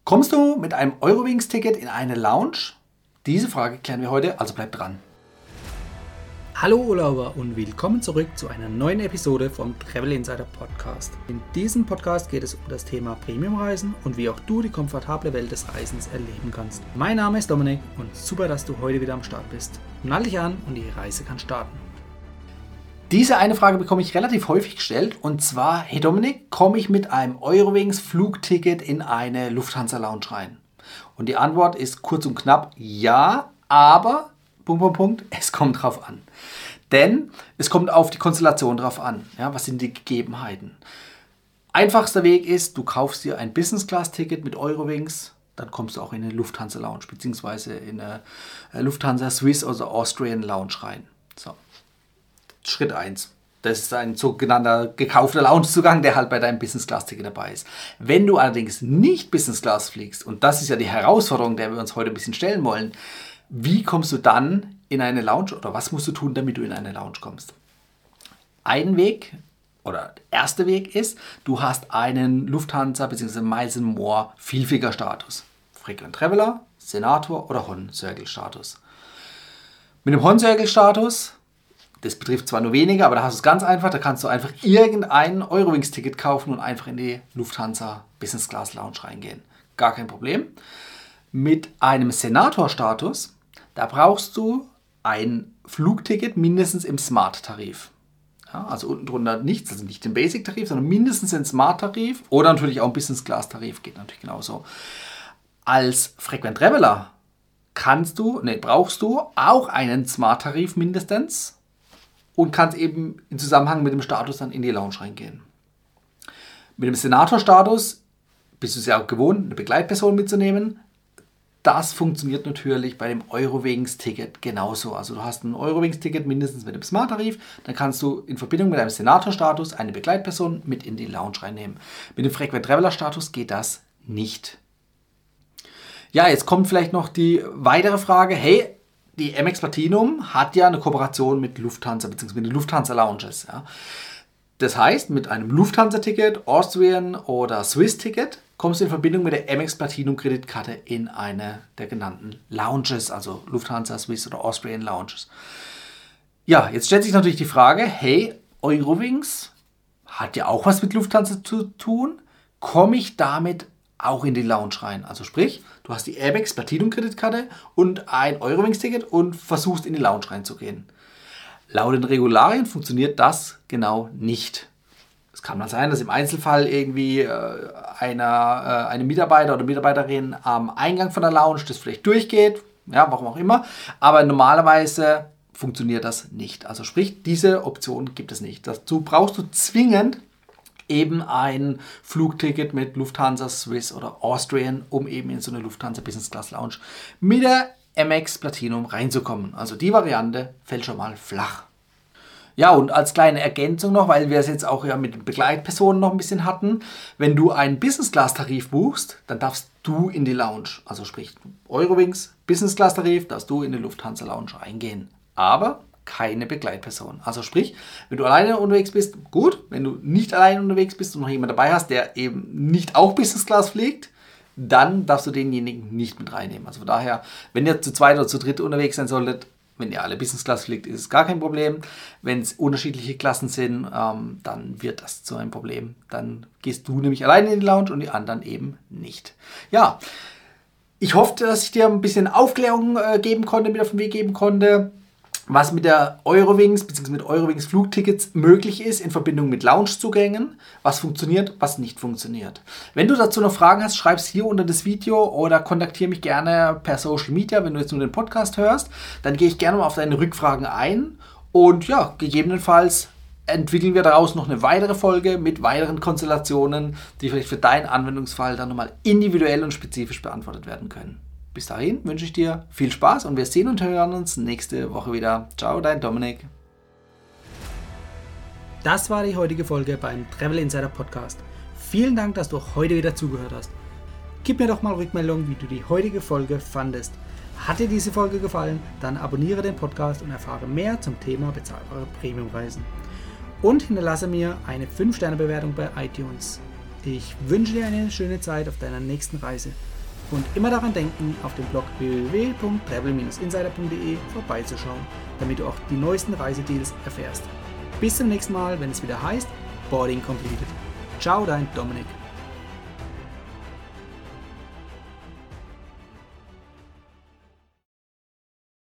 Kommst du mit einem Eurowings-Ticket in eine Lounge? Diese Frage klären wir heute, also bleib dran. Hallo Urlauber und willkommen zurück zu einer neuen Episode vom Travel Insider Podcast. In diesem Podcast geht es um das Thema Premiumreisen und wie auch du die komfortable Welt des Reisens erleben kannst. Mein Name ist Dominik und super, dass du heute wieder am Start bist. Nall dich an und die Reise kann starten. Diese eine Frage bekomme ich relativ häufig gestellt und zwar, hey Dominik, komme ich mit einem Eurowings Flugticket in eine Lufthansa Lounge rein? Und die Antwort ist kurz und knapp, ja, aber, es kommt drauf an. Denn es kommt auf die Konstellation drauf an. Ja, was sind die Gegebenheiten? Einfachster Weg ist, du kaufst dir ein Business-Class-Ticket mit Eurowings, dann kommst du auch in eine Lufthansa Lounge, beziehungsweise in eine Lufthansa Swiss oder Austrian Lounge rein. So. Schritt 1. Das ist ein sogenannter gekaufter Loungezugang, der halt bei deinem Business-Class-Ticket dabei ist. Wenn du allerdings nicht Business-Class fliegst, und das ist ja die Herausforderung, der wir uns heute ein bisschen stellen wollen, wie kommst du dann in eine Lounge oder was musst du tun, damit du in eine Lounge kommst? Ein Weg oder der erste Weg ist, du hast einen Lufthansa bzw. Miles & More Vielflieger-Status. Frequent Traveler, Senator oder Hon-Circle-Status. Mit dem Hon-Circle-Status, das betrifft zwar nur wenige, aber da hast du es ganz einfach. Da kannst du einfach irgendein Eurowings-Ticket kaufen und einfach in die Lufthansa Business Class Lounge reingehen. Gar kein Problem. Mit einem Senator-Status, da brauchst du ein Flugticket mindestens im Smart-Tarif. Ja, also unten drunter nichts, also nicht den Basic-Tarif, sondern mindestens den Smart-Tarif oder natürlich auch ein Business Class-Tarif, geht natürlich genauso. Als Frequent Traveler brauchst du auch einen Smart-Tarif mindestens und kannst eben im Zusammenhang mit dem Status dann in die Lounge reingehen. Mit dem Senator-Status bist du es ja auch gewohnt, eine Begleitperson mitzunehmen. Das funktioniert natürlich bei dem Eurowings-Ticket genauso. Also du hast ein Eurowings-Ticket mindestens mit dem Smart-Tarif, dann kannst du in Verbindung mit einem Senator-Status eine Begleitperson mit in die Lounge reinnehmen. Mit dem Frequent Traveler-Status geht das nicht. Ja, jetzt kommt vielleicht noch die weitere Frage, hey, die Amex Platinum hat ja eine Kooperation mit Lufthansa bzw. mit den Lufthansa Lounges. Ja. Das heißt, mit einem Lufthansa-Ticket, Austrian oder Swiss-Ticket kommst du in Verbindung mit der Amex Platinum Kreditkarte in eine der genannten Lounges, also Lufthansa, Swiss oder Austrian Lounges. Ja, jetzt stellt sich natürlich die Frage, hey, Eurowings hat ja auch was mit Lufthansa zu tun, komme ich damit auch in die Lounge rein? Also sprich, du hast die Amex Platinum Kreditkarte und ein Eurowings-Ticket und versuchst in die Lounge reinzugehen. Laut den Regularien funktioniert das genau nicht. Es kann mal sein, dass im Einzelfall irgendwie eine Mitarbeiter oder Mitarbeiterin am Eingang von der Lounge das vielleicht durchgeht, ja, warum auch immer, aber normalerweise funktioniert das nicht. Also sprich, diese Option gibt es nicht. Dazu brauchst du zwingend eben ein Flugticket mit Lufthansa, Swiss oder Austrian, um eben in so eine Lufthansa Business Class Lounge mit der Amex Platinum reinzukommen. Also die Variante fällt schon mal flach. Ja, und als kleine Ergänzung noch, weil wir es jetzt auch ja mit den Begleitpersonen noch ein bisschen hatten, wenn du einen Business Class Tarif buchst, dann darfst du in die Lounge, also sprich Eurowings Business Class Tarif, darfst du in die Lufthansa Lounge reingehen. Aber keine Begleitperson. Also sprich, wenn du alleine unterwegs bist, gut. Wenn du nicht alleine unterwegs bist und noch jemand dabei hast, der eben nicht auch Business Class fliegt, dann darfst du denjenigen nicht mit reinnehmen. Also von daher, wenn ihr zu zweit oder zu dritt unterwegs sein solltet, wenn ihr alle Business Class fliegt, ist es gar kein Problem. Wenn es unterschiedliche Klassen sind, dann wird das zu einem Problem. Dann gehst du nämlich alleine in die Lounge und die anderen eben nicht. Ja, ich hoffe, dass ich dir ein bisschen Aufklärung geben konnte, mit auf den Weg geben konnte, was mit der Eurowings bzw. mit Eurowings Flugtickets möglich ist in Verbindung mit Loungezugängen, was funktioniert, was nicht funktioniert. Wenn du dazu noch Fragen hast, schreib es hier unter das Video oder kontaktiere mich gerne per Social Media, wenn du jetzt nur den Podcast hörst. Dann gehe ich gerne mal auf deine Rückfragen ein und ja, gegebenenfalls entwickeln wir daraus noch eine weitere Folge mit weiteren Konstellationen, die vielleicht für deinen Anwendungsfall dann nochmal individuell und spezifisch beantwortet werden können. Bis dahin wünsche ich dir viel Spaß und wir sehen und hören uns nächste Woche wieder. Ciao, dein Dominik. Das war die heutige Folge beim Travel Insider Podcast. Vielen Dank, dass du heute wieder zugehört hast. Gib mir doch mal Rückmeldung, wie du die heutige Folge fandest. Hat dir diese Folge gefallen, dann abonniere den Podcast und erfahre mehr zum Thema bezahlbare Premiumreisen. Und hinterlasse mir eine 5-Sterne-Bewertung bei iTunes. Ich wünsche dir eine schöne Zeit auf deiner nächsten Reise. Und immer daran denken, auf dem Blog www.travel-insider.de vorbeizuschauen, damit du auch die neuesten Reisedeals erfährst. Bis zum nächsten Mal, wenn es wieder heißt Boarding Completed. Ciao, dein Dominik.